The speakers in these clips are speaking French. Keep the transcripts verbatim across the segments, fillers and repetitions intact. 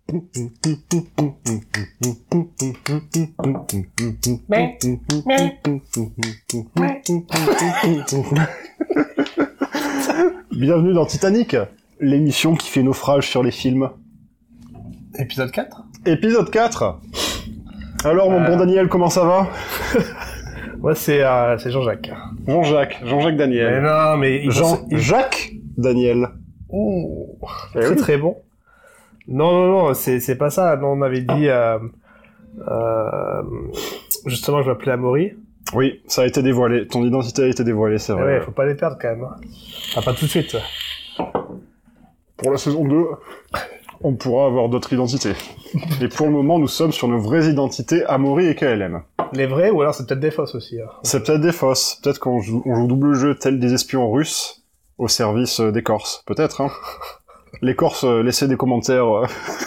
Bienvenue dans Titanic, l'émission qui fait naufrage sur les films. Épisode quatre. Épisode quatre. Alors, mon euh... bon Daniel, comment ça va? Ouais, c'est, euh, c'est Jean-Jacques. Jean-Jacques, Jean-Jacques Daniel. Mais non, mais... Il Jean-Jacques Daniel. Ouh, très oui. très bon. Non, non, non, c'est, c'est pas ça. Non, on avait dit... Euh, euh, justement, je m'appelais Amaury. Oui, ça a été dévoilé. Ton identité a été dévoilée, c'est vrai. Ouais, faut pas les perdre quand même. Hein. Ah, pas tout de suite. Pour la saison deux, on pourra avoir d'autres identités. Et pour le moment, nous sommes sur nos vraies identités, Amaury et K L M. Les vrais, ou alors c'est peut-être des fausses aussi. Hein. C'est peut-être des fausses. Peut-être qu'on joue, on joue double jeu tel des espions russes au service des Corses. Peut-être, hein. Les Corses, euh, laissez des commentaires... Euh...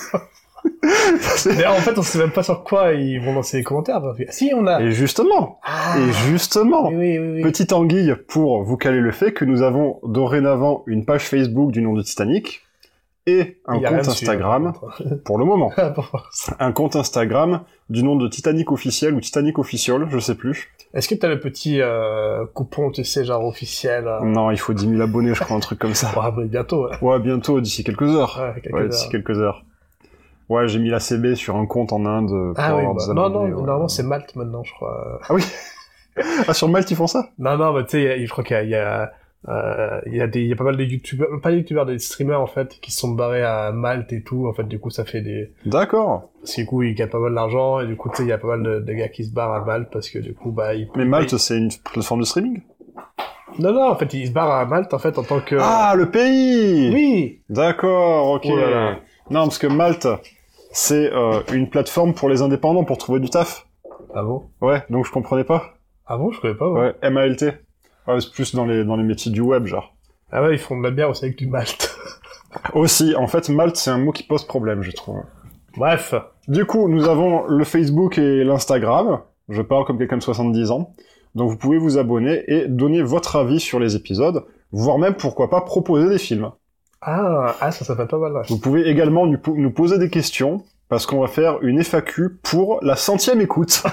Mais en fait, on sait même pas sur quoi ils vont lancer les commentaires. Parce que... Si, on a... Et justement, ah, et justement, oui, oui, oui, oui. petite anguille pour vous caler le fait que nous avons dorénavant une page Facebook du nom de Titanic et un compte Instagram, dessus, pour le moment. Un compte Instagram du nom de Titanic officiel ou Titanic official, je sais plus. Est-ce que t'as le petit euh, coupon, tu sais, genre officiel euh... Non, il faut dix mille abonnés, je crois, un truc comme ça. Ouais, bientôt. Ouais, ouais bientôt, d'ici quelques heures. Ouais, quelques ouais heures. d'ici quelques heures. Ouais, j'ai mis la C B sur un compte en Inde pour ah, avoir oui, des bah, abonnés. Non, non, ouais. normalement c'est Malte maintenant, je crois. Ah oui. Ah, sur Malte ils font ça? Non, non, mais tu sais, je crois qu'il y a, il y a, euh, il y a des, il y a pas mal de youtubeurs, pas des youtubeurs, des streamers en fait, qui se sont barrés à Malte et tout. En fait, du coup, ça fait des. D'accord. Parce que du coup, ils gagnent pas mal d'argent et du coup, tu sais, il y a pas mal de, de gars qui se barrent à Malte parce que du coup, bah, ils. Mais Malte, ils... c'est une plateforme de streaming? Non, non, en fait, ils se barrent à Malte en fait en tant que. Ah, le pays. Oui. D'accord, ok. Oh là là. Non, parce que Malte, c'est euh, une plateforme pour les indépendants pour trouver du taf. Ah bon? Ouais, donc je comprenais pas. Ah bon, je connais pas. Ouais, ouais M A L T. Ouais, c'est plus dans les dans les métiers du web, genre. Ah ouais, ils font de la bière aussi avec du malt. Aussi, en fait, Malte, c'est un mot qui pose problème, je trouve. Bref. Du coup, nous avons le Facebook et l'Instagram. Je parle comme quelqu'un de soixante-dix ans. Donc vous pouvez vous abonner et donner votre avis sur les épisodes, voire même, pourquoi pas, proposer des films. Ah, ah ça, ça fait pas mal. Là. Vous pouvez également nous, nous poser des questions, parce qu'on va faire une F A Q pour la centième écoute.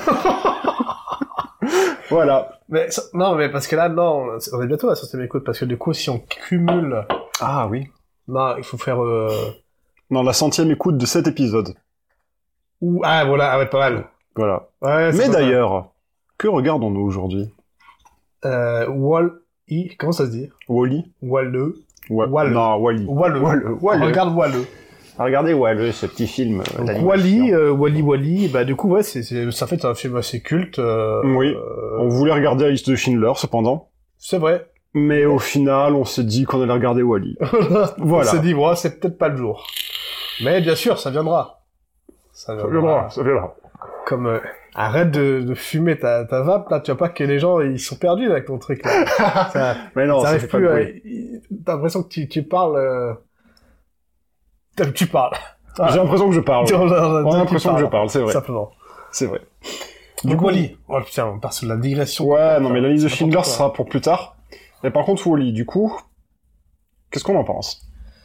Voilà. Mais non, mais parce que là, non, on est bientôt à la centième écoute, parce que du coup, si on cumule... Ah oui. Non, il faut faire... Euh... Non, la centième écoute de cet épisode. Ou ah voilà, ah ouais, pas mal. Voilà. Ouais, mais d'ailleurs, mal. Que regardons-nous aujourd'hui? Euh, Wall-E, comment ça se dit? Wall-E. Wall-E. Wall... Wall... Non, Wall-E. Wall-E. Wall-E. Wall-E. Regarde Wall-E. Regardez Wall-E, ce petit film. Donc Wall-E, euh, Wall-E, Wall-E, bah du coup ouais, c'est, c'est, ça fait un film assez culte. Euh, oui. Euh... On voulait regarder la liste de Schindler, cependant. C'est vrai. Mais au final, on s'est dit qu'on allait regarder Wall-E. Voilà. On s'est dit, bon, c'est peut-être pas le jour. Mais bien sûr, ça viendra. Ça viendra. Ça viendra. Ça viendra. Comme euh, arrête de, de fumer ta, ta vape là, tu vois pas que les gens ils sont perdus avec ton truc là. ça, mais non, ça plus. Euh, t'as l'impression que tu, tu parles. Euh... Tu parles. Ah. J'ai l'impression que je parle. On a l'impression que je parle, c'est vrai. Simplement. C'est vrai. Du coup, Wall-E. Oh putain, on part sur la digression. Ouais, non mais la liste de Schindler sera pour plus tard. Et par contre, Wall-E, du coup, qu'est-ce qu'on en pense?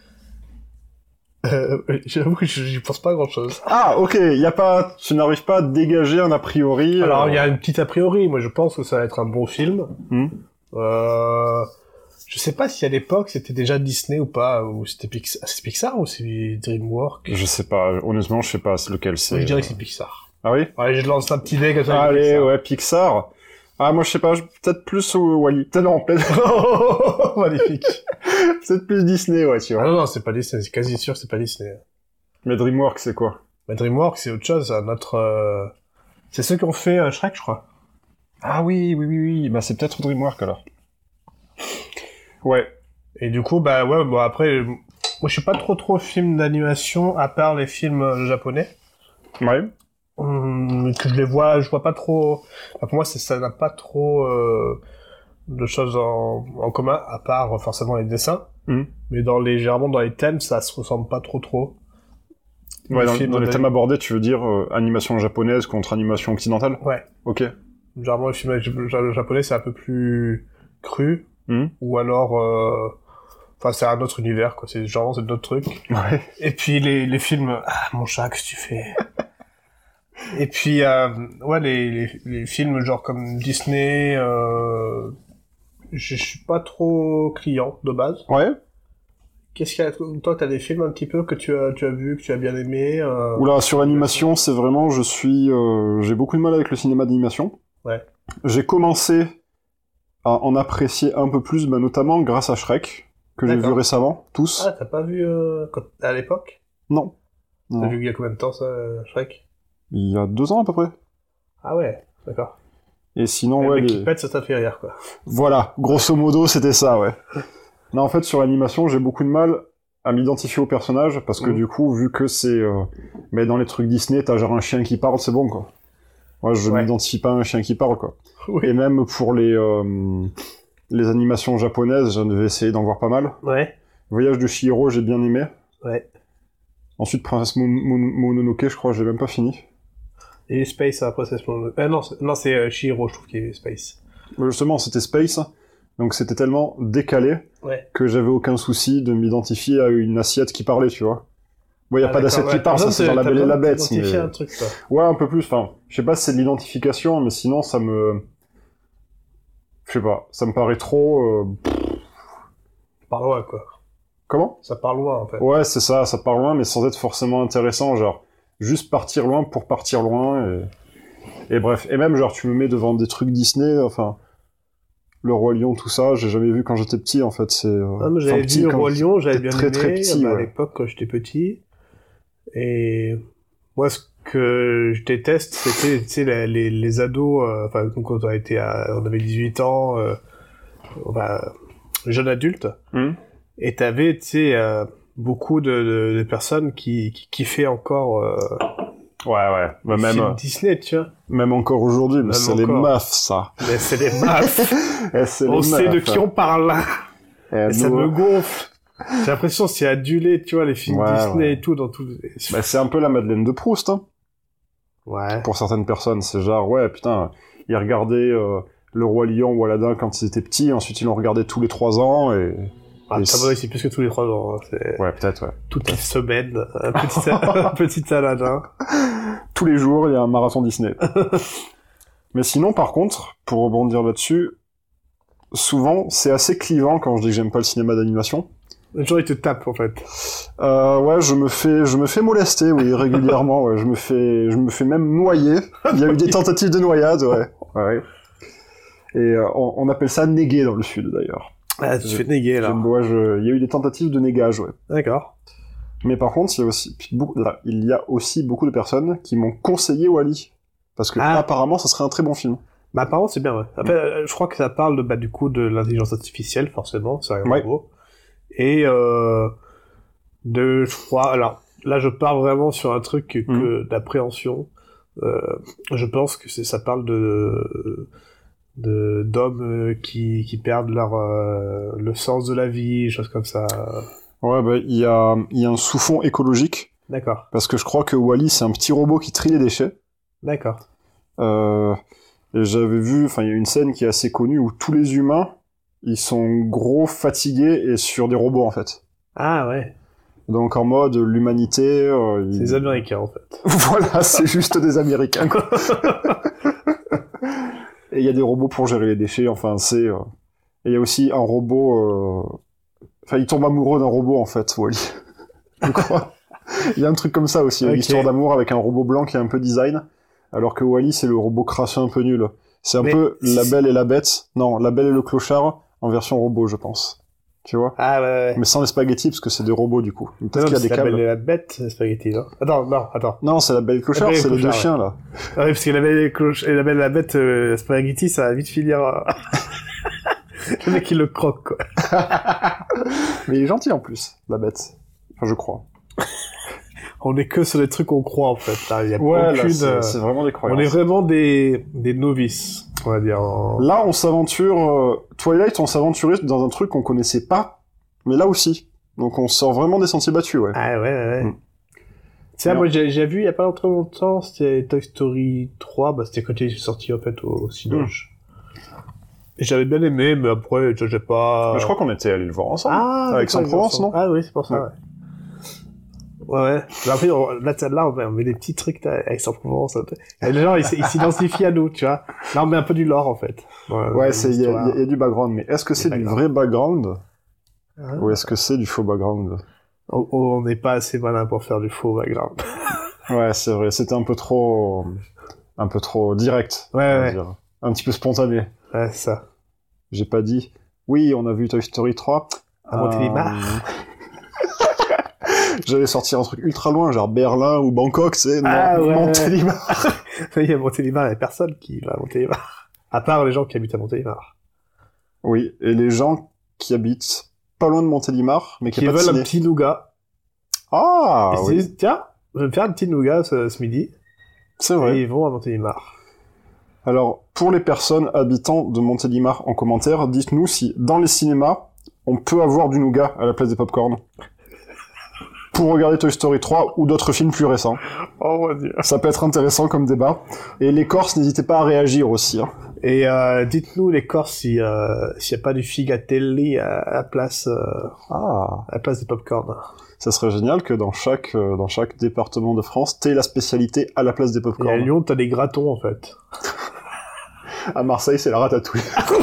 Euh, j'avoue que j'y pense pas grand chose. Ah, ok, y a pas, tu n'arrives pas à dégager un a priori. Alors, il euh... y a une petite a priori. Moi, je pense que ça va être un bon film. Hmm. Euh, je sais pas si à l'époque c'était déjà Disney ou pas, ou c'était Pixar, c'est Pixar ou c'est DreamWorks? Je sais pas, honnêtement, je sais pas lequel c'est. Moi, je dirais que c'est Pixar. Ah oui? Allez, je lance un petit dé comme ça. Allez, Pixar. Ouais, Pixar. Ah, moi, je sais pas, peut-être plus au Wall-E. Peut-être non, peut-être. Magnifique. Peut-être plus Disney, ouais, tu vois. Ah non, non, c'est pas Disney, c'est quasi sûr que c'est pas Disney. Mais DreamWorks, c'est quoi? Mais DreamWorks, c'est autre chose, un autre, euh... c'est ceux qui ont fait euh, Shrek, je crois. Ah oui, oui, oui, oui, bah c'est peut-être DreamWorks, alors. Ouais. Et du coup, bah ouais, bon après, moi je suis pas trop trop film d'animation, à part les films euh, japonais. Ouais. Hum, que je les vois, je vois pas trop... Enfin, pour moi, c'est, ça n'a pas trop euh, de choses en, en commun, à part forcément les dessins. Mmh. Mais dans les, généralement, dans les thèmes, ça se ressemble pas trop trop. Ouais, dans, dans les thèmes abordés, tu veux dire euh, animation japonaise contre animation occidentale? Ouais. Ok. Généralement, les films japonais, c'est un peu plus cru. Mmh. Ou alors... Euh... Enfin, c'est un autre univers, quoi. C'est genre, c'est d'autres trucs. Ouais. Et puis, les, les films... Ah, mon chat, qu'est-ce que tu fais? Et puis, euh, ouais, les, les, les films genre comme Disney... Euh... Je suis pas trop client, de base. Ouais. Qu'est-ce qu'il y a... Toi, t'as des films un petit peu que tu as, tu as vu, que tu as bien aimé euh... Oula, sur l'animation, c'est vraiment... Je suis... Euh, j'ai beaucoup de mal avec le cinéma d'animation. Ouais. J'ai commencé à en apprécier un peu plus, bah, notamment grâce à Shrek, que j'ai vu récemment, tous. Ah, t'as pas vu euh, quand... à l'époque? Non. T'as non. vu il y a combien de temps, ça, Shrek? Il y a deux ans, à peu près. Ah ouais, d'accord. Et sinon, le ouais... mec les... qui pète, ça t'a fait rire, quoi. Voilà, grosso modo, c'était ça, ouais. Non, en fait, sur l'animation, j'ai beaucoup de mal à m'identifier au personnage, parce que mmh. du coup, vu que c'est... Euh... Mais dans les trucs Disney, t'as genre un chien qui parle, c'est bon, quoi. Moi, je ouais. m'identifie pas à un chien qui parle, quoi. Oui. Et même pour les... Euh... les animations japonaises, je devais essayer d'en voir pas mal. Ouais. Voyage de Chihiro, j'ai bien aimé. Ouais. Ensuite, Princesse Mon Mon Mononoke, je crois, j'ai même pas fini. Et Space, après, c'est... Euh, non, c'est, non, c'est euh, Chihiro, je trouve, qui est Space. Justement, c'était Space, donc c'était tellement décalé ouais. que j'avais aucun souci de m'identifier à une assiette qui parlait, tu vois. Bon, y a ah, pas d'assiette ouais. qui parle, ça c'est dans La Belle et la Bête. Mais... un truc, toi. Ouais, un peu plus, enfin, je sais pas si c'est de l'identification, mais sinon, ça me... Je sais pas, ça me paraît trop... Euh... Ça part loin, quoi. Comment ? Ça part loin, en fait. Ouais, c'est ça, ça part loin, mais sans être forcément intéressant, genre... Juste partir loin pour partir loin, et... et bref. Et même, genre, tu me mets devant des trucs Disney, enfin... Le Roi Lion, tout ça, j'ai jamais vu quand j'étais petit, en fait, c'est... Euh... Ah, mais j'avais enfin, vu Le Roi Lion, j'avais bien très, aimé, très petit, bah, ouais. à l'époque, quand j'étais petit. Et... Moi, ce que je déteste, c'était, tu sais, les, les, les ados, euh, enfin, quand on a été à... On avait dix-huit ans, euh... Enfin, jeune adulte, mmh. et t'avais, tu sais... Euh... beaucoup de, de, de personnes qui, qui kiffaient encore euh, ouais ouais bah, même films Disney, tu vois, même encore aujourd'hui, mais même c'est encore. Les meufs, ça mais c'est les meufs et c'est on les sait meufs. De qui on parle là et, et ça me gonfle, j'ai l'impression que c'est adulé, tu vois, les films ouais, Disney ouais. Et tout dans tout bah, c'est un peu la Madeleine de Proust, hein. Ouais, pour certaines personnes c'est genre ouais putain ils regardaient euh, Le Roi Lion ou Aladdin quand ils étaient petits, ensuite ils l'ont regardé tous les trois ans et ah, ça c'est... c'est plus que tous les trois ans. Hein. C'est... Ouais, peut-être, ouais. Toutes les semaines, un petit, un petit Aladdin. Tous les jours, il y a un marathon Disney. Mais sinon, par contre, pour rebondir là-dessus, souvent, c'est assez clivant quand je dis que j'aime pas le cinéma d'animation. Les gens, ils te tapent, en fait. Euh, ouais, je me fais, je me fais molester, oui, régulièrement, ouais. Je me fais, je me fais même noyer. Il y a eu des tentatives de noyade, ouais. Ouais. Et euh, on, on appelle ça néguer dans le sud, d'ailleurs. Ah, tu te fais néguer, là. Je, ouais, je... Il y a eu des tentatives de négage, ouais. D'accord. Mais par contre, il y a aussi, là, il y a aussi beaucoup de personnes qui m'ont conseillé Wall-E. Parce que, ah. apparemment, ça serait un très bon film. Bah, apparemment, c'est bien, ouais. Après, mmh. je crois que ça parle de, bah, du coup, de l'intelligence artificielle, forcément, c'est un ouais. robot. Et, euh, de, je crois, alors, là, je pars vraiment sur un truc que, mmh. d'appréhension. Euh, je pense que c'est, ça parle de, de d'hommes qui qui perdent leur euh, le sens de la vie, choses comme ça. Ouais, bah il y a il y a un sous-fond écologique. D'accord. Parce que je crois que Wall-E c'est un petit robot qui trie les déchets. D'accord. Euh, et j'avais vu, enfin il y a une scène qui est assez connue où tous les humains ils sont gros, fatigués et sur des robots en fait. Ah ouais. Donc en mode l'humanité. Euh, c'est il... des Américains en fait. Voilà, c'est juste des Américains quoi. Et il y a des robots pour gérer les déchets, enfin, c'est... Euh... Et il y a aussi un robot... Euh... Enfin, il tombe amoureux d'un robot, en fait, Wall-E. Je crois. Il y a un truc comme ça aussi, okay. Une histoire d'amour avec un robot blanc qui est un peu design, alors que Wall-E, c'est le robot crasseux un peu nul. C'est un Mais peu La Belle et la Bête... Non, La Belle et le Clochard en version robot, je pense. Tu vois ? Ah ouais, ouais. Mais sans les spaghettis, parce que c'est des robots, du coup. Peut-être non, qu'il y a des câbles. La Belle et la Bête, les spaghettis, non ? Attends, non, attends. Non, c'est La Belle et le Clochard, c'est les deux ouais. chiens, là. Ah oui, parce que La Belle et, Cloch... et la Belle et la Bête, euh, spaghetti, ça va vite finir... Le mec, il le croque, quoi. Mais il est gentil, en plus, la bête. Enfin, je crois. On est que sur les trucs qu'on croit, en fait. Là, il y a ouais, aucune... là, c'est, c'est vraiment des croyances. On est vraiment des, des novices, on va dire. En... Là, on s'aventure... Euh... Twilight, on s'aventurait dans un truc qu'on connaissait pas, mais là aussi. Donc, on sort vraiment des sentiers battus, ouais. Ah ouais, ouais, ouais. Mm. Tu sais, moi, j'ai, j'ai vu il y a pas longtemps, c'était Toy Story trois, bah, c'était quand il est sorti, en fait, au Cinoche. Mm. Et j'avais bien aimé, mais après, j'ai pas... Mais je crois qu'on était allés le voir ensemble. Ah, avec Aix-en-Provence, non? Ah oui, c'est pour ça, ouais. Ouais, ouais. Mais après, on, là, là, on met des petits trucs avec Aix-en-Provence. Les gens, ils, ils s'identifient à nous, tu vois. Là, on met un peu du lore, en fait. Ouais, ouais c'est, il y, y, y a du background, mais est-ce que c'est du vrai background? Ah, ou est-ce que c'est du faux background? On n'est pas assez malin pour faire du faux background. Ouais, c'est vrai. C'était un peu trop, un peu trop direct. Ouais, ouais. Dire. Un petit peu spontané. Ouais, c'est ça. J'ai pas dit, oui, on a vu Toy Story trois. À Montélimar. Euh... J'allais sortir un truc ultra loin, genre Berlin ou Bangkok, tu sais, ah, non, ouais, Montélimar. Il y a Montélimar, il y a personne qui va à Montélimar. À part les gens qui habitent à Montélimar. Oui, et les gens qui habitent pas loin de Montélimar, mais qui, qui pas veulent un petit nougat. Ah, oui. Disent, tiens, je vais me faire un petit nougat ce, ce midi. C'est vrai. Et ils vont à Montélimar. Alors, pour les personnes habitant de Montélimar en commentaire, dites-nous si, dans les cinémas, on peut avoir du nougat à la place des pop-corn. Pour regarder Toy Story trois ou d'autres films plus récents. Oh mon Dieu. Ça peut être intéressant comme débat. Et les Corses, n'hésitez pas à réagir aussi. Hein. Et euh, dites-nous, les Corses, si, euh, s'il n'y a pas du figatelli à, à la place, euh, ah. à la place des pop-corn. Ça serait génial que dans chaque, euh, dans chaque département de France, t'aies la spécialité à la place des pop-corn. Et à Lyon, t'as des gratons, en fait. À Marseille, c'est la ratatouille.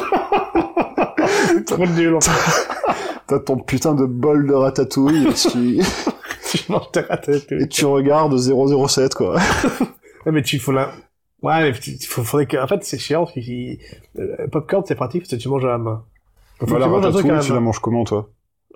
Trop nul, en fait. T'as ton putain de bol de ratatouille et tu... tu manges ta ratatouille. Et tu regardes zéro zéro sept, quoi. Ouais, mais tu faut la... Ouais, mais il faut, faudrait que... En fait, c'est chiant, parce que euh, popcorn, c'est pratique, parce que tu manges à la main. Faut voilà, tu manges un truc à la main. Tu la manges comment, toi?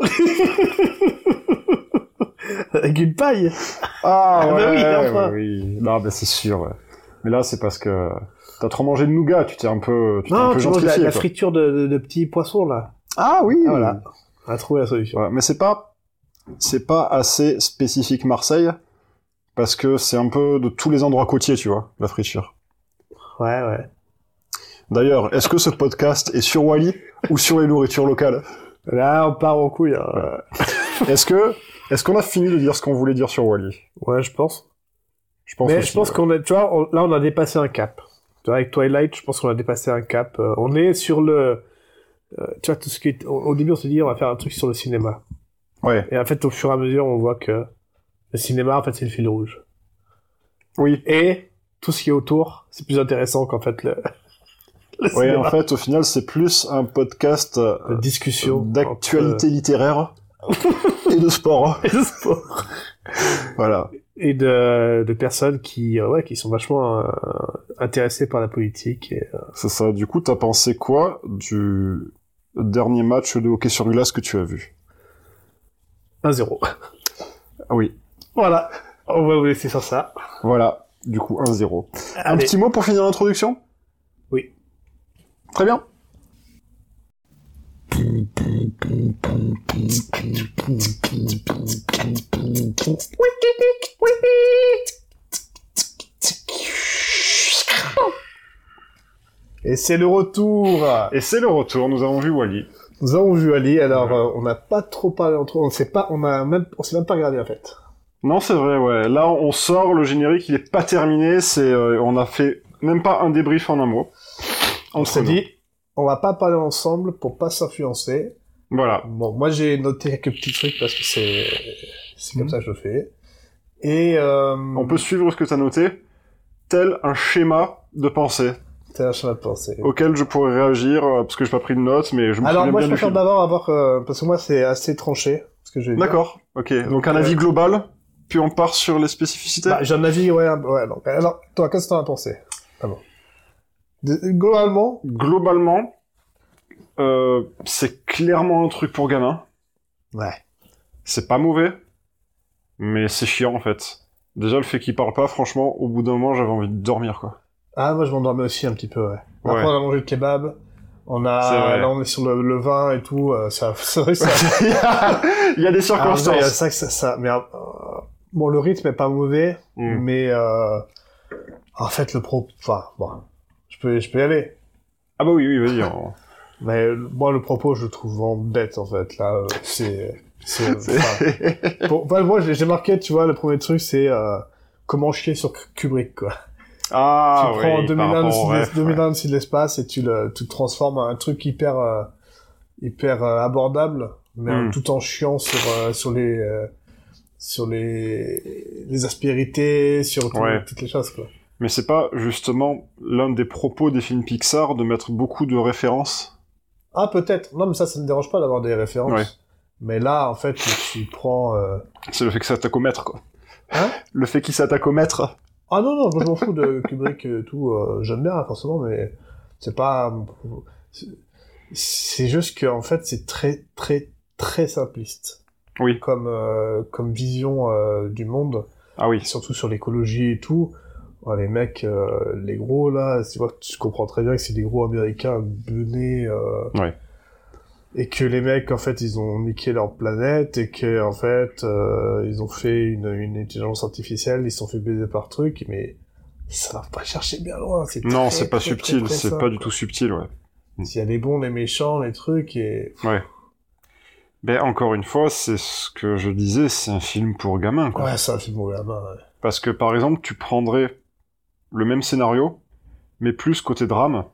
Avec une paille. Ah, ouais, bah oui, ouais, enfin. oui. Non, bah c'est sûr, ouais. Mais là, c'est parce que t'as trop mangé de nougat, tu t'es un peu, tu t'es non, un peu tu manges gentrifié, la, la quoi. friture de, de, de petits poissons, là. Ah oui. Ah, voilà. On a trouvé la solution. Ouais, mais c'est pas, c'est pas assez spécifique Marseille, parce que c'est un peu de tous les endroits côtiers, tu vois, la friture. Ouais, ouais. D'ailleurs, est-ce que ce podcast est sur Wally ou sur les nourritures locales? Là, on part en couille. Hein. Ouais. Est-ce que, est-ce qu'on a fini de dire ce qu'on voulait dire sur Wally? Ouais, je pense. Je pense mais aussi, je pense ouais. qu'on a, tu vois, on, là, on a dépassé un cap. Tu vois, avec Twilight, je pense qu'on a dépassé un cap. Euh, on est sur le, euh, tu vois, tout ce qui est, au, au début, on s'est dit, on va faire un truc sur le cinéma. Ouais. Et en fait, au fur et à mesure, on voit que le cinéma, en fait, c'est le fil rouge. Oui. Et tout ce qui est autour, c'est plus intéressant qu'en fait le. le oui, cinéma. en fait, au final, c'est plus un podcast euh, de discussion, d'actualité entre... littéraire et de sport. Et de sport. Voilà. Et de, de personnes qui, euh, ouais, qui sont vachement euh, intéressées par la politique. Et, euh... C'est ça. Du coup, t'as pensé quoi du dernier match de hockey sur glace que tu as vu? un zéro. Ah oui. Voilà. On va vous laisser sur ça. Voilà. Du coup, un zéro. Allez. Un petit mot pour finir l'introduction? Oui. Très bien. Et c'est le retour. Et c'est le retour. Nous avons vu Wally. Nous avons vu Wally. Alors, euh, on n'a pas trop parlé entre eux. On sait pas. On a même. On s'est même pas regardé en fait. Non, c'est vrai. Ouais. Là, on sort le générique. Il est pas terminé. C'est. Euh, on a fait même pas un débrief en un mot. On s'est dit, on va pas parler ensemble pour pas s'influencer. Voilà. Bon, moi j'ai noté quelques petits trucs parce que c'est c'est comme mmh. ça que je le fais. Et euh... on peut suivre ce que t'as noté, tel un schéma de pensée. Tel un schéma de pensée. Auquel je pourrais réagir parce que j'ai pas pris de notes, mais je me Alors souviens moi bien je préfère d'abord avoir euh, parce que moi c'est assez tranché ce que je vais dire. D'accord. Ok. Donc un avis global, puis on part sur les spécificités. Bah, j'ai un avis ouais ouais donc alors toi qu'est-ce que t'en as pensé? Ah bon. De, globalement. Globalement. Euh, c'est clairement un truc pour gamin. Ouais. C'est pas mauvais, mais c'est chiant en fait. Déjà le fait qu'il parle pas, franchement, au bout d'un moment j'avais envie de dormir quoi. Ah moi je m'endormais aussi un petit peu ouais. Après ouais. on a mangé le kebab, on a là on est sur le, le vin et tout, euh, ça c'est vrai ça. il, y a... il y a des circonstances. Il y a ça que ça, ça mais euh, bon le rythme est pas mauvais, mm. mais euh, en fait le pro, enfin bon, je peux je peux y aller. Ah bah oui oui vas-y. On... Mais moi, le propos, je le trouve vraiment bête, en fait. Là, euh, c'est... c'est, enfin, pour, enfin, moi, j'ai marqué, tu vois, le premier truc, c'est euh, comment chier sur Kubrick, quoi. Ah, tu oui, prends deux mille un ouais. de l'espace et tu le, tu le transformes en un truc hyper, euh, hyper euh, abordable, mais mm. tout en chiant sur, euh, sur les, euh, sur les, les aspérités, sur tout, ouais. toutes les choses, quoi. Mais c'est pas, justement, l'un des propos des films Pixar de mettre beaucoup de références? Ah, peut-être. Non, mais ça, ça me dérange pas d'avoir des références. Ouais. Mais là, en fait, tu prends... Euh... C'est le fait que ça s'attaque au maître, quoi. Hein? Le fait qu'il s'attaque au maître. Ah non, non, je m'en fous de Kubrick et tout. Euh, j'aime bien, forcément, mais c'est pas... C'est, c'est juste que, en fait, c'est très, très, très simpliste. Oui. Comme, euh, comme vision euh, du monde. Ah oui. Surtout sur l'écologie et tout. Ouais, les mecs, euh, les gros, là, tu vois, tu comprends très bien que c'est des gros américains benés... Euh... Ouais. Et que les mecs, en fait, ils ont niqué leur planète, et que, en fait, euh, ils ont fait une, une intelligence artificielle, ils se sont fait baiser par truc, mais ça va pas chercher bien loin. C'est non, très, c'est pas très, subtil, très, très c'est simple, pas du quoi. tout subtil, ouais. Il y a les bons, les méchants, les trucs, et... Ouais. Ben, encore une fois, c'est ce que je disais, c'est un film pour gamins, quoi. Ouais, c'est un film pour gamins, ouais. Parce que, par exemple, tu prendrais le même scénario, mais plus côté drame,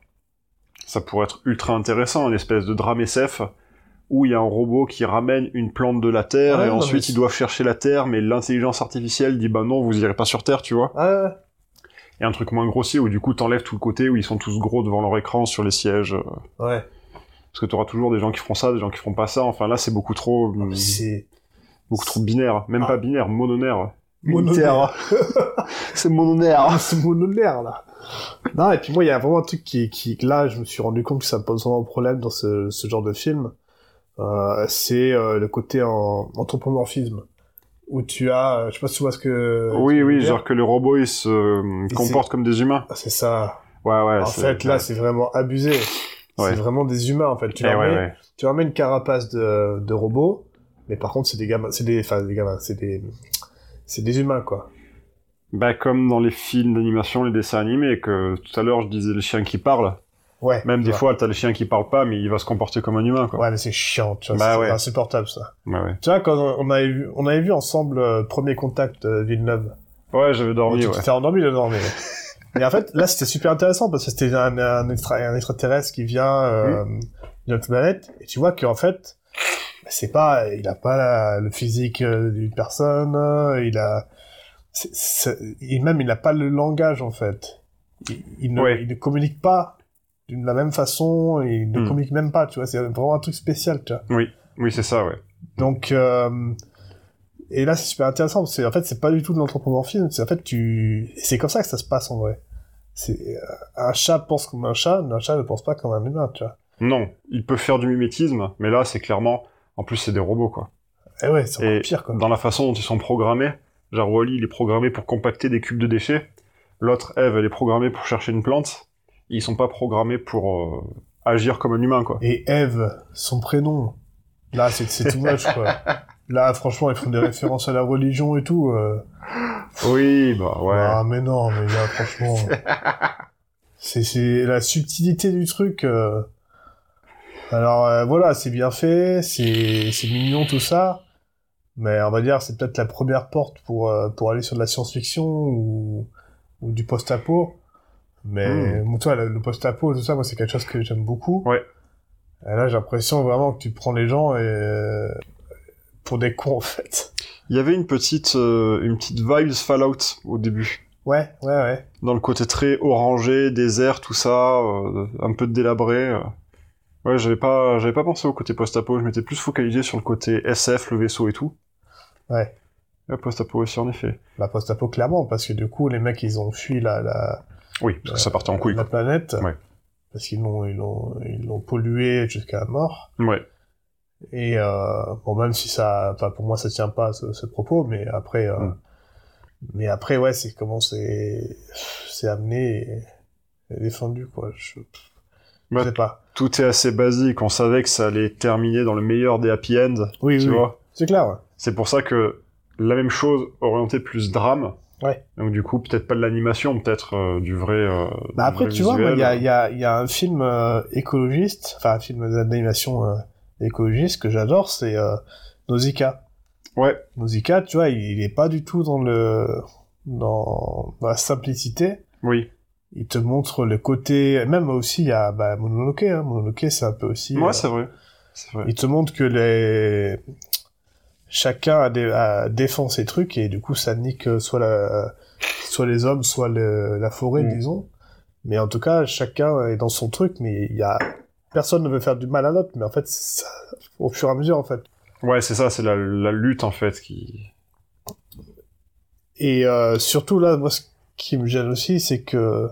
ça pourrait être ultra intéressant, une espèce de drame S F, où il y a un robot qui ramène une plante de la Terre, ouais, et ensuite ils doivent chercher la Terre, mais l'intelligence artificielle dit bah non, vous irez pas sur Terre, tu vois. Ouais, ouais. Et un truc moins grossier, où du coup t'enlèves tout le côté, où ils sont tous gros devant leur écran sur les sièges. Ouais. Parce que t'auras toujours des gens qui feront ça, des gens qui feront pas ça, enfin là c'est beaucoup trop... Ah, c'est... Beaucoup trop binaire, même ah. pas binaire, mononaire. Mononaire. C'est mononaire. Ah, c'est mononaire, là. Non, et puis moi, il y a vraiment un truc qui, qui, là, je me suis rendu compte que ça me pose vraiment problème dans ce, ce genre de film. Euh, c'est euh, le côté en anthropomorphisme. Où tu as, je sais pas si tu vois ce que... Oui, oui, genre que les robots, ils se euh, comportent comme des humains. Ah, c'est ça. Ouais, ouais. En fait, là, c'est vraiment abusé. Ouais. C'est vraiment des humains, en fait. Tu leur ouais, mets, ouais. tu leur mets une carapace de, de robot, mais par contre, c'est des gamins, c'est des, enfin, des gamins, c'est des, c'est des humains, quoi. Bah, comme dans les films d'animation, les dessins animés, que tout à l'heure, je disais le chien qui parle. Ouais. Même des vois. fois, t'as le chien qui parle pas, mais il va se comporter comme un humain, quoi. Ouais, mais c'est chiant, tu vois. Bah, c'est ouais. insupportable, ça. Bah, ouais. Tu vois, quand on avait vu, on avait vu ensemble euh, Premier Contact, euh, Villeneuve. Ouais, j'avais dormi, ouais. Tu t'es endormi, j'ai dormi. Et en fait, là, c'était super intéressant, parce que c'était un, un, extra, un extraterrestre qui vient, euh, mmh. d'une autre planète, et tu vois qu'en fait, c'est pas, il a pas la, le physique euh, d'une personne, euh, il a, c'est, c'est, et même, il a pas le langage, en fait. Il, il ne, ouais. il ne communique pas de la même façon, et il ne mmh. communique même pas, tu vois, c'est vraiment un truc spécial, tu vois. Oui, oui, c'est ça, ouais. Donc, euh, et là, c'est super intéressant, parce que, en fait, c'est pas du tout de l'anthropomorphisme, c'est, en fait, tu, et c'est comme ça que ça se passe, en vrai. C'est, euh, un chat pense comme un chat, mais un chat ne pense pas comme un humain, tu vois. Non, il peut faire du mimétisme, mais là, c'est clairement, en plus, c'est des robots, quoi. Et ouais, c'est encore pire, quoi. Dans la façon dont ils sont programmés, genre Wall-E, il est programmé pour compacter des cubes de déchets, l'autre, Eve, elle est programmée pour chercher une plante, ils sont pas programmés pour euh, agir comme un humain, quoi. Et Eve, son prénom, là, c'est, c'est too much, quoi. Là, franchement, ils font des références à la religion et tout. Euh... Oui, bah ouais. Ah, mais non, mais là, franchement... c'est, c'est la subtilité du truc. Euh... Alors, euh, voilà, c'est bien fait, c'est, c'est mignon, tout ça. Mais on va dire, c'est peut-être la première porte pour, euh, pour aller sur de la science-fiction ou, ou du post-apo. Mais, mmh. toi, le, le post-apo, tout ça, moi, c'est quelque chose que j'aime beaucoup. Ouais. Et là, j'ai l'impression vraiment que tu prends les gens et... Euh... pour des cons, en fait. Il y avait une petite, euh, une petite vibes Fallout au début. Ouais, ouais, ouais. Dans le côté très orangé, désert, tout ça, euh, un peu délabré. Euh. Ouais, j'avais pas, j'avais pas pensé au côté post-apo, je m'étais plus focalisé sur le côté S F, le vaisseau et tout. Ouais. La post-apo aussi, en effet. La post-apo, clairement, parce que du coup, les mecs, ils ont fui la, la... Oui, parce la, que ça partait en couille. La quoi. planète. Ouais. Parce qu'ils l'ont, ils l'ont, ils l'ont pollué jusqu'à la mort. Ouais. Et euh, bon, même si ça, enfin pour moi ça tient pas ce, ce propos, mais après, euh, mm. mais après ouais, c'est comment c'est, c'est amené et, et défendu quoi. Je, je bah, sais pas. Tout est assez basique. On savait que ça allait terminer dans le meilleur des happy ends. Oui, tu oui. vois. C'est clair. Ouais. C'est pour ça que la même chose orientée plus drame. Ouais. Donc du coup peut-être pas de l'animation, peut-être euh, du vrai. Euh, bah après vrai tu visuel. vois, il y a il y a il y a un film euh, écologiste, enfin un film d'animation. Euh, écologiste que j'adore, c'est euh, Nausicaa. Ouais. Nausicaa, tu vois, il, il est pas du tout dans le dans, dans la simplicité. Oui. Il te montre le côté... Même aussi, il y a bah, Mononoke. Hein. Mononoke, c'est un peu aussi... Ouais, euh... c'est vrai. C'est vrai. Il te montre que les... chacun a, des... a défend ses trucs, et du coup, ça nique soit, la... soit les hommes, soit le... la forêt, mmh. disons. Mais en tout cas, chacun est dans son truc, mais il y a... Personne ne veut faire du mal à l'autre, mais en fait, c'est ça... au fur et à mesure, en fait. Ouais, c'est ça, c'est la, la lutte, en fait, qui... Et euh, surtout, là, moi, ce qui me gêne aussi, c'est que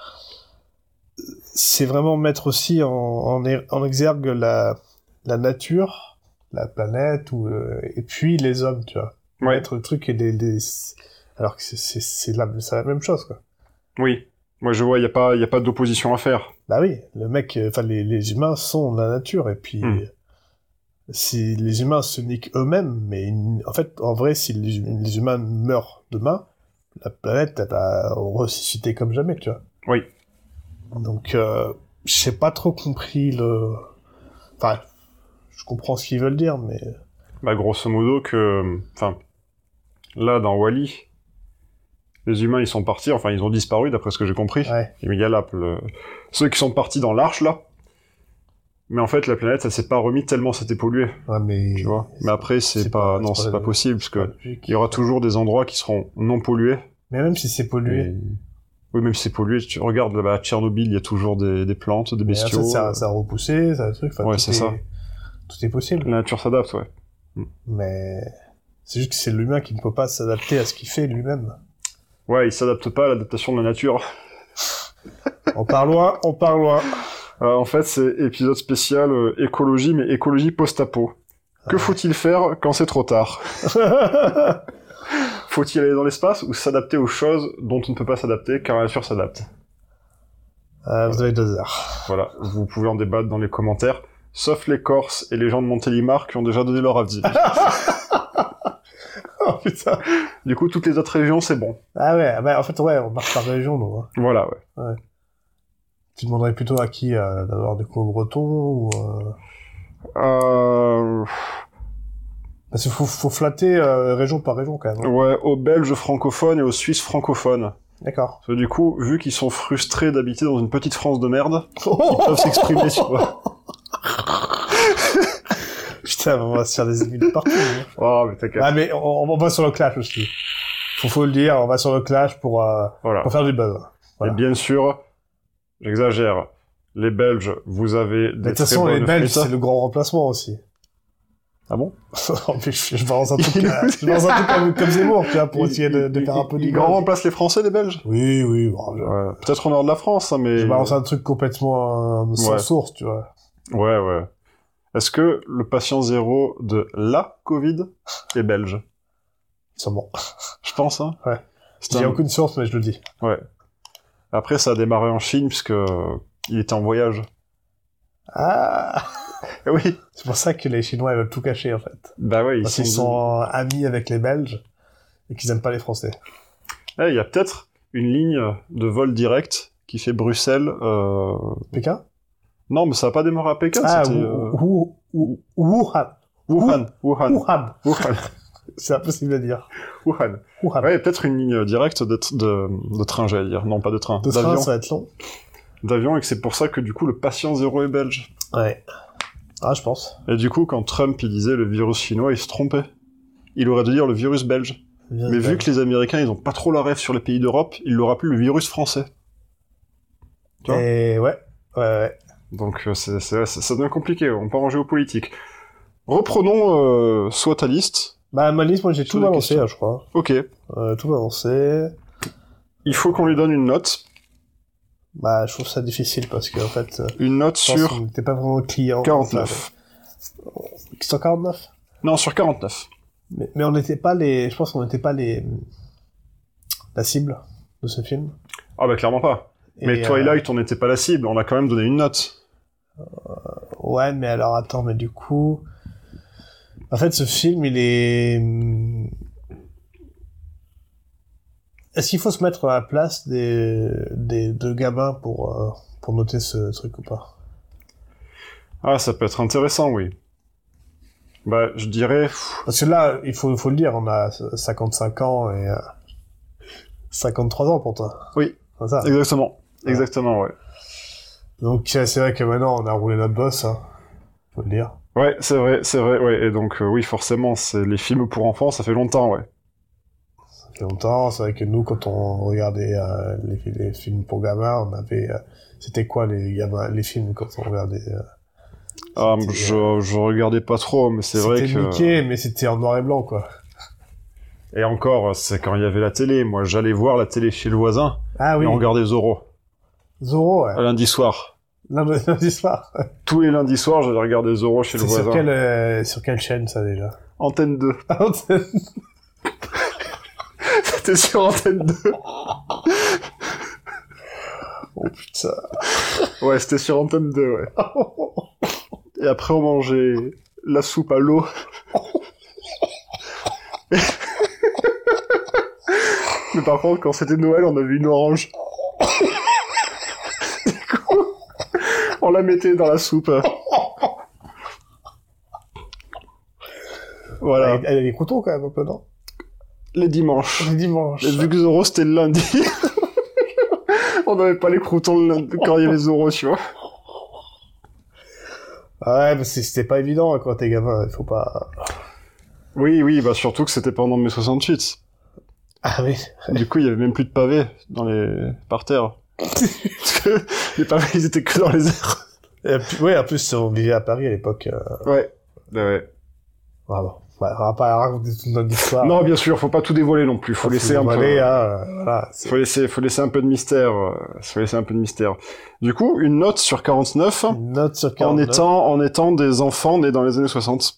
c'est vraiment mettre aussi en, en, en exergue la, la nature, la planète, ou, euh, et puis les hommes, tu vois. Ouais. Mettre le truc et des... des... Alors que c'est, c'est, c'est, la, c'est la même chose, quoi. Oui. Moi, je vois, il n'y a pas, y a pas d'opposition à faire. Bah oui, le mec, enfin, les, les humains sont la nature, et puis... Mm. Si les humains se niquent eux-mêmes, mais en fait, en vrai, si les, les humains meurent demain, la planète, elle va ressusciter comme jamais, tu vois. Oui. Donc, euh, j'ai pas trop compris le... Enfin, je comprends ce qu'ils veulent dire, mais... Bah, grosso modo que... Enfin, là, dans Wall-E, les humains, ils sont partis, enfin, ils ont disparu, d'après ce que j'ai compris. Ouais. Il y a là, le... ceux qui sont partis dans l'arche, là. Mais en fait, la planète, elle s'est pas remise tellement c'était pollué. Ouais, mais... Tu vois. Mais après, c'est, c'est pas... pas... Non, c'est, c'est pas, pas possible, parce que il y aura toujours des endroits qui seront non pollués. Mais même si c'est pollué... Et... Oui, même si c'est pollué, tu regardes là-bas à Tchernobyl, il y a toujours des, des plantes, des bestiaux. Et ça, ça, ça a repoussé, ça a des trucs. Ouais, c'est est... ça. Tout est possible. La nature s'adapte, ouais. Mais c'est juste que c'est l'humain qui ne peut pas s'adapter à ce qu'il fait lui-même. Ouais, il s'adapte pas à l'adaptation de la nature. On part loin, on part loin. Euh, en fait, c'est épisode spécial euh, écologie, mais écologie post-apo. Ah. Que faut-il faire quand c'est trop tard? Faut-il aller dans l'espace ou s'adapter aux choses dont on ne peut pas s'adapter, car la nature s'adapte? euh, Vous avez deux heures. Voilà, vous pouvez en débattre dans les commentaires, sauf les Corses et les gens de Montélimar qui ont déjà donné leur avis. Oh putain. Du coup, toutes les autres régions, c'est bon. Ah ouais, bah en fait, ouais, on marche par région, nous. Hein. Voilà, ouais. ouais. Tu demanderais plutôt à qui euh, d'avoir des cours bretons ou... Euh... euh... Parce qu'il faut, faut flatter euh, région par région, quand même. Hein. Ouais, aux Belges francophones et aux Suisses francophones. D'accord. Parce que du coup, vu qu'ils sont frustrés d'habiter dans une petite France de merde, oh ils peuvent s'exprimer sur... Putain, on va se faire des ennemis de partout. Hein. Oh, mais t'inquiète. Ah, mais on, on va sur le clash aussi. Faut, faut le dire, on va sur le clash pour, euh, voilà. pour faire du buzz. Voilà. Et bien sûr, j'exagère, les Belges, vous avez des de toute façon, les Belges, c'est le grand remplacement aussi. Ah bon? je, je balance un truc, euh, je balance un truc comme, comme Zemmour, tu vois, pour essayer de, de faire un peu du Ils grand remplacent les Français, les Belges? Oui, oui. Bon, je... ouais. Peut-être en dehors de la France, hein, mais... Je balance un truc complètement euh, sans ouais. source, tu vois. Ouais, ouais. Est-ce que le patient zéro de la Covid est belge? Ils sont bons. Je pense, hein. Ouais. J'ai un... aucune source, mais je le dis. Ouais. Après, ça a démarré en Chine, puisque il était en voyage. Ah. Oui. C'est pour ça que les Chinois, ils veulent tout cacher, en fait. Bah ouais, ils Parce sont... qu'ils sont amis avec les Belges, et qu'ils aiment pas les Français. Eh, il y a peut-être une ligne de vol direct qui fait Bruxelles, euh... Pékin? Non, mais ça n'a pas démarré à Pékin, ah, c'était... Wu- Wu- Wu- Wuhan. Wuhan. Wuhan. Wuhan. Wuhan. C'est impossible à dire. Wuhan. Wuhan. Ouais, peut-être une ligne directe de, t- de, de train, j'allais dire. Non, pas de train. De train, ça va être long. D'avion, et que c'est pour ça que, du coup, le patient zéro est belge. Ouais. Ah, je pense. Et du coup, quand Trump, il disait le virus chinois, il se trompait. Il aurait dû dire le virus belge. Le virus Mais belge. Vu que les Américains, ils ont pas trop la rêve sur les pays d'Europe, il l'aura appelé le virus français. Tu vois Et ouais. Ouais, ouais. Donc, c'est, c'est, c'est, ça devient compliqué, on part en géopolitique. Reprenons, euh, soit ta liste. Bah, ma liste, moi, j'ai tout balancé, hein, je crois. Ok. Euh, tout balancé. Il faut qu'on lui donne une note. Bah, je trouve ça difficile, parce que, en fait... Une note sur... On n'était pas vraiment client. quarante-neuf. cent quarante-neuf? Non, sur quarante-neuf. Mais, mais on n'était pas les... Je pense qu'on n'était pas les... La cible de ce film. Ah bah, clairement pas. Et mais Twilight, euh... on n'était pas la cible, on a quand même donné une note. Euh, ouais, mais alors attends, mais du coup, en fait, ce film, il est. Est-ce qu'il faut se mettre à la place des des deux gamins pour euh, pour noter ce truc ou pas? Ah, ça peut être intéressant, oui. Bah, je dirais. Parce que là, il faut faut le dire, on a cinquante-cinq ans et euh, cinquante-trois ans pour toi. Oui. C'est ça. Exactement. Ouais. Exactement, ouais. Donc, c'est vrai que maintenant, on a roulé notre boss, hein. Faut le dire. Ouais, c'est vrai, c'est vrai, ouais. Et donc, euh, oui, forcément, c'est les films pour enfants, ça fait longtemps, ouais. Ça fait longtemps. C'est vrai que nous, quand on regardait euh, les, les films pour gamins, on avait... Euh, c'était quoi, les gamins, les films, quand on regardait... Euh, ah, je, euh, je regardais pas trop, mais c'est vrai que... C'était Mickey, mais c'était en noir et blanc, quoi. Et encore, c'est quand il y avait la télé. Moi, j'allais voir la télé chez le voisin. Ah oui. Et on regardait Zorro. Zorro, ouais. Lundi soir. Lundi soir. Tous les lundis soirs, j'allais regarder Zorro chez le voisin. Sur quelle, euh, sur quelle chaîne, ça, déjà? Antenne deux. Antenne C'était sur Antenne deux. Oh, putain. Ouais, c'était sur Antenne deux, ouais. Et après, on mangeait la soupe à l'eau. Mais par contre, quand c'était Noël, on avait une orange. Du coup, on la mettait dans la soupe. Voilà. Elle a des croutons, quand même, un peu, non? Les dimanches. Les dimanches. Et vu que Zorro, c'était le lundi, on n'avait pas les croutons le lundi, quand il y avait Zorro, tu vois. Ouais, mais c'était pas évident, hein, quand t'es gamin, il faut pas... Oui, oui, bah surtout que c'était pendant mai soixante-huit. Ah oui. Du coup, il y avait même plus de pavés dans les parterres. Parce que les pavés, ils étaient que dans les airs. Et puis, ouais, en plus, on vivait à Paris à l'époque. Euh... Ouais. Ouais. Vraiment. Bah, on va pas raconter toute notre histoire. Non, bien sûr, faut pas tout dévoiler non plus. Faut, faut laisser un peu. Hein, voilà, faut laisser, faut laisser un peu de mystère. Faut laisser un peu de mystère. Du coup, une note sur quarante-neuf. Une note sur quarante-neuf. En étant, en étant des enfants nés dans les années soixante.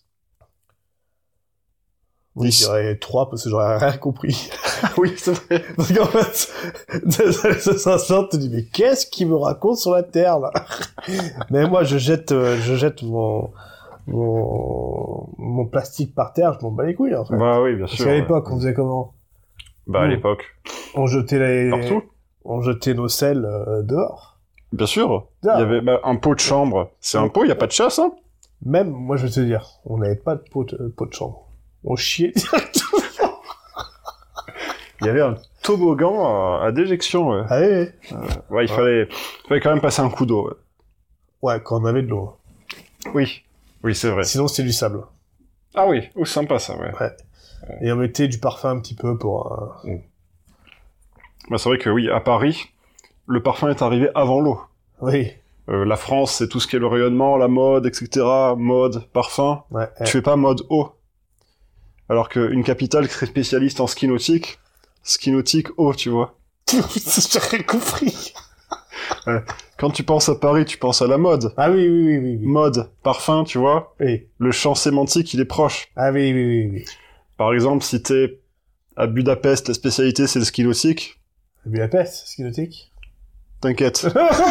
Oui, je dirais trois parce que j'aurais rien compris. Oui, c'est vrai. Parce qu'en fait, dans les années soixante, tu te dis, mais qu'est-ce qu'il me raconte sur la Terre, là? Mais moi, je jette, euh, je jette mon, mon, mon plastique par terre, je m'en bats les couilles, en fait. Bah oui, bien parce sûr. qu'à l'époque, on faisait comment? Bah, à l'époque. On jetait les... Partout. On jetait nos selles euh, dehors. Bien sûr. Il y avait bah, un pot de chambre. C'est un pot, il y a pas de chasse, hein. Même, moi, je vais te dire, on n'avait pas de pot de, pot de chambre. On chiait directement. Il y avait un toboggan à, à déjection, ouais. Ah oui, oui. Euh, ouais, il ouais. fallait, il fallait quand même passer un coup d'eau. Ouais. Ouais, quand on avait de l'eau. Oui. Oui, c'est vrai. Sinon, c'était du sable. Ah oui, oh, sympa ça, ouais. Ouais. ouais. Et on mettait du parfum un petit peu pour... Euh... Mm. Bah, c'est vrai que oui, à Paris, le parfum est arrivé avant l'eau. Oui. Euh, la France, c'est tout ce qui est le rayonnement, la mode, et cetera. Mode, parfum. Ouais, tu ouais. fais pas mode eau. Alors qu'une capitale très spécialiste en ski nautique, ski nautique eau, tu vois. J'ai compris. Ouais. Quand tu penses à Paris, tu penses à la mode. Ah oui, oui, oui, oui. oui. Mode, parfum, tu vois. Oui. Le champ sémantique, il est proche. Ah oui, oui, oui, oui. Par exemple, si t'es à Budapest, la spécialité, c'est le ski nautique. Budapest, ski nautique? T'inquiète.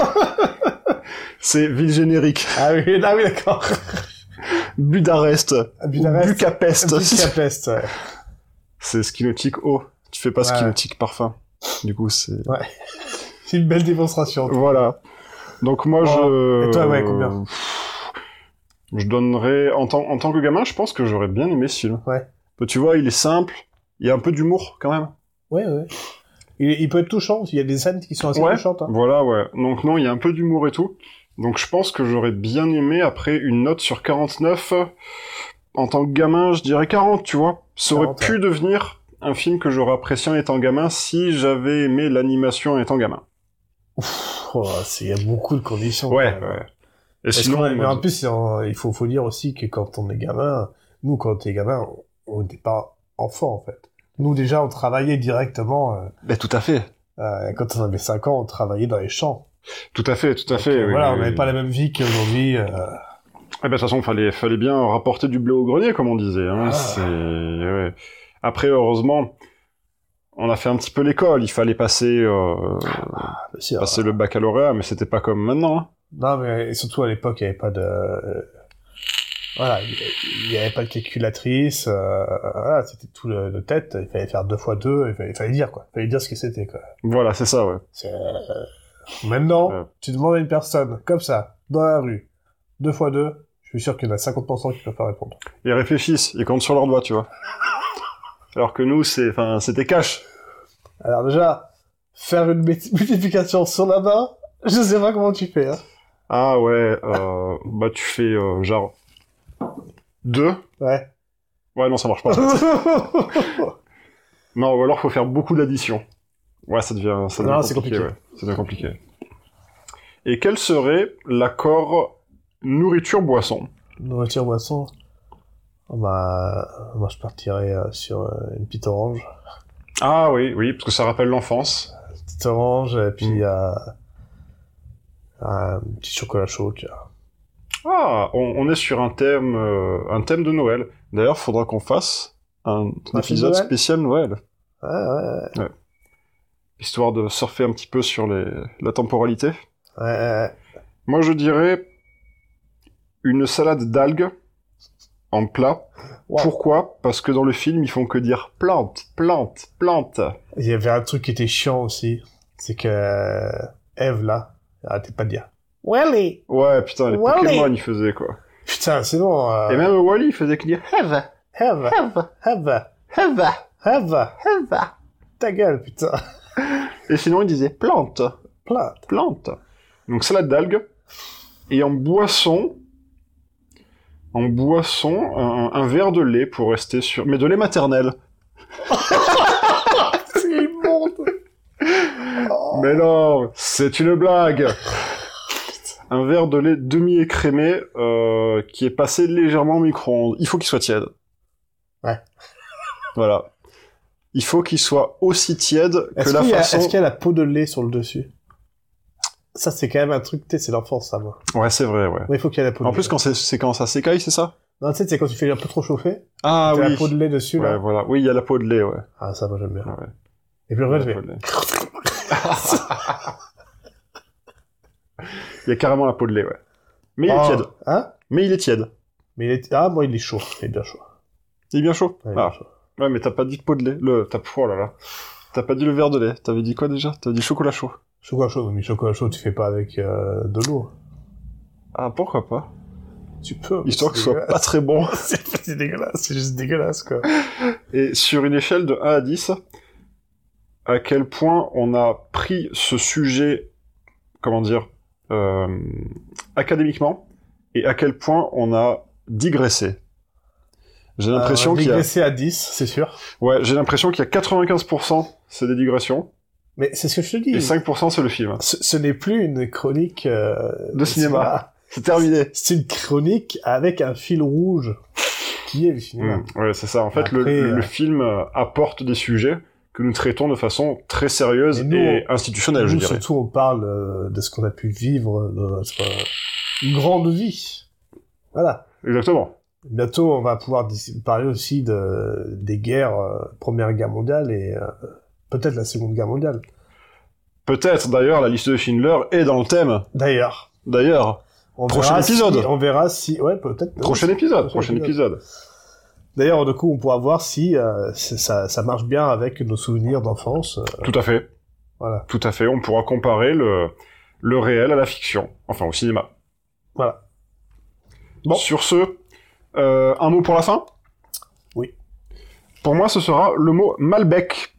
C'est ville générique. Ah oui, ah oui, d'accord. Budarest. Budarest. Bucapest. Bucapest, ouais. C'est ski nautique eau. Tu fais pas ouais. ski nautique parfum. Du coup, c'est... Ouais. C'est une belle démonstration. Voilà. Donc moi, oh. je... Et toi, ouais, combien? Je donnerais... En tant, en tant que gamin, je pense que j'aurais bien aimé ce film. Ouais. Tu vois, il est simple. Il y a un peu d'humour, quand même. Ouais, ouais. Il, il peut être touchant. Il y a des scènes qui sont assez ouais. touchantes. Hein. Voilà, ouais. Donc non, il y a un peu d'humour et tout. Donc je pense que j'aurais bien aimé, après, une note sur quarante-neuf. En tant que gamin, je dirais quarante, tu vois. Ça aurait pu devenir un film que j'aurais apprécié en étant gamin si j'avais aimé l'animation en étant gamin. Ouf, oh, il y a beaucoup de conditions. Ouais, ouais. Et Parce sinon, mais en plus, il faut, faut dire aussi que quand on est gamin, nous, quand on est gamin, on n'était pas enfant, en fait. Nous, déjà, on travaillait directement. Euh, ben, tout à fait. Euh, quand on avait cinq ans, on travaillait dans les champs. Tout à fait, tout à Donc, fait. Euh, oui, voilà, oui, on n'avait oui. pas la même vie qu'aujourd'hui. Euh... Eh ben, de toute façon, fallait, fallait bien rapporter du blé au grenier, comme on disait. Hein. Ah. C'est... Ouais. Après, heureusement, on a fait un petit peu l'école. Il fallait passer, euh, ah, sûr, passer ouais. le baccalauréat, mais c'était pas comme maintenant. Hein. Non, mais et surtout à l'époque, il n'y avait pas de... Euh... Voilà, il n'y avait pas de calculatrice. Euh... Voilà, c'était tout le, de tête. Il fallait faire deux fois deux. Il fallait, il fallait dire, quoi. Il fallait dire ce que c'était, quoi. Voilà, c'est ça, ouais. C'est... Euh... Maintenant, ouais. tu demandes à une personne, comme ça, dans la rue, deux fois deux, je suis sûr qu'il y en a cinquante pour cent qui peuvent pas répondre. Ils réfléchissent, ils comptent sur leurs doigts, tu vois. Alors que nous, c'est, enfin, c'était cash. Alors déjà, faire une multiplication sur la main, je sais pas comment tu fais. Hein. Ah ouais, euh, bah tu fais euh, genre deux. Ouais. Ouais, non, ça marche pas. Non, ou alors faut faire beaucoup d'additions. Ouais, ça devient, ça devient non, compliqué. C'est compliqué. Ouais. Ça devient compliqué. Et quel serait l'accord nourriture-boisson? Nourriture-boisson. Oh, bah, moi je partirais euh, sur euh, une petite orange. Ah oui, oui, parce que ça rappelle l'enfance. Une petite orange, et puis Mm. euh, un petit chocolat chaud, tu vois. Ah, on, on est sur un thème, euh, un thème de Noël. D'ailleurs, faudra qu'on fasse un, un épisode Noël spécial Noël. Ouais, ouais, ouais. Ouais. Histoire de surfer un petit peu sur les, la temporalité. Ouais, ouais. Moi, je dirais une salade d'algues en plat. Wow. Pourquoi? Parce que dans le film, ils font que dire plante, plante, plante. Il y avait un truc qui était chiant aussi. C'est que euh, Eve, là, elle arrêtait pas de dire Wally! Ouais, putain, les Wally. Pokémon, ils faisaient quoi. Putain, c'est bon. Euh... Et même Wally, il faisait que dire Eve, Eve, Eve, Eve, Eve, Eve. Eve. Ta gueule, putain. Et sinon, il disait plante, Plate. plante. Donc salade d'algues. Et en boisson, en boisson, un, un verre de lait pour rester sur... Mais de lait maternel. C'est immonde. Oh. Mais non, c'est une blague. Un verre de lait demi-écrémé euh, qui est passé légèrement au micro-ondes. Il faut qu'il soit tiède. Ouais. Voilà. Il faut qu'il soit aussi tiède est-ce que la qu'il façon... A, est-ce qu'il y a la peau de lait sur le dessus? Ça, c'est quand même un truc, tu sais, c'est l'enfance, ça, moi. Ouais, c'est vrai, ouais. Mais il faut qu'il y ait la peau de En lait. plus, quand c'est, c'est quand ça s'écaille, c'est ça? Non, tu sais, c'est quand tu fais un peu trop chauffer. Ah t'as oui. la peau de lait dessus, Ouais, là. voilà. Oui, il y a la peau de lait, ouais. Ah, ça, moi, j'aime bien. Ouais. Et puis, le reste, La je peau vais... de lait. Il y a carrément la peau de lait, ouais. Mais il est Oh. tiède. Hein? Mais il est tiède. Mais il est... Ah, moi, il est chaud. Il est bien chaud. Il est bien chaud. Ouais, il est Ah. bien chaud. Ouais, mais t'as pas dit de peau de lait. Le, t'as, oh là là. T'as pas dit le verre de lait. T'avais dit quoi déjà? T'avais dit chocolat chaud. Chocolat chaud, mais chocolat chaud, tu fais pas avec euh, de l'eau. Ah, pourquoi pas? Tu peux. Histoire que ce soit pas très bon. c'est, c'est dégueulasse, c'est juste dégueulasse, quoi. Et sur une échelle de un à dix, à quel point on a pris ce sujet, comment dire, euh, académiquement, et à quel point on a digressé. J'ai l'impression euh, qu'il y a... Digressé à dix, c'est sûr. Ouais, j'ai l'impression qu'il y a quatre-vingt-quinze pour cent c'est des digressions, Mais c'est ce que je te dis. et cinq pour cent c'est le film. Ce, ce n'est plus une chronique euh, De cinéma. cinéma. C'est terminé. C'est une chronique avec un fil rouge qui est le cinéma. Mmh, ouais, c'est ça. En fait, Après, le, euh... le film euh, apporte des sujets que nous traitons de façon très sérieuse et, nous, et institutionnelle, nous, je dirais. Surtout, on parle euh, de ce qu'on a pu vivre dans notre euh, grande vie. Voilà. Exactement. Bientôt, on va pouvoir parler aussi de, des guerres, euh, Première Guerre mondiale et euh, peut-être la Seconde Guerre mondiale. Peut-être, d'ailleurs, la liste de Schindler est dans le thème. D'ailleurs. D'ailleurs. On prochain verra épisode. Si, on verra si... Ouais, peut-être. Prochain ouais, épisode. Prochain épisode. épisode. D'ailleurs, du coup, on pourra voir si euh, ça, ça marche bien avec nos souvenirs d'enfance. Euh, Tout à fait. Voilà. Tout à fait. On pourra comparer le, le réel à la fiction. Enfin, au cinéma. Voilà. Bon. Sur ce, euh, un mot pour la fin? Oui. Pour moi, ce sera le mot Malbec.